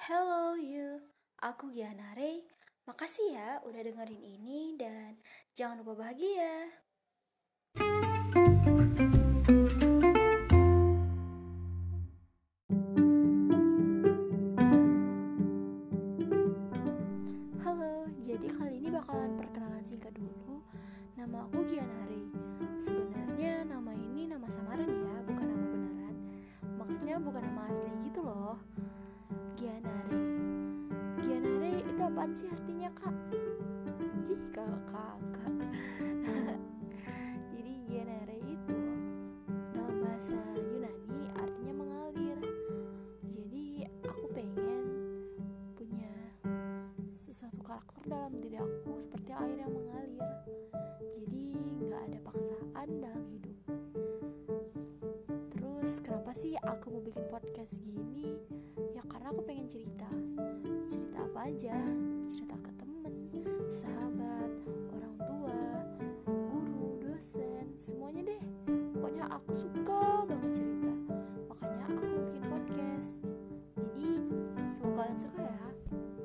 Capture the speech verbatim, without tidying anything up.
Hello you, aku Giana Ray. Makasih ya udah dengerin ini dan jangan lupa bahagia. Halo, jadi kali ini bakalan perkenalan singkat dulu. Nama aku Giana Ray. Sebenarnya nama ini nama samaran ya, bukan nama beneran. Maksudnya bukan nama asli gitu loh. Giana Ray. Giana Ray itu apaan sih artinya, Kak? Ih, kakak. Jadi Giana Ray itu dalam bahasa Yunani artinya mengalir. Jadi aku pengen punya sesuatu karakter dalam diri aku seperti air yang mengalir. Jadi gak ada paksaan dalam hidup. Terus kenapa sih aku mau bikin podcast gini? Ya karena aku pengen cerita. Cerita apa aja? Cerita ke temen, sahabat, orang tua, guru, dosen, semuanya deh. Pokoknya aku suka banget cerita. Makanya aku bikin podcast. Jadi semoga kalian suka ya.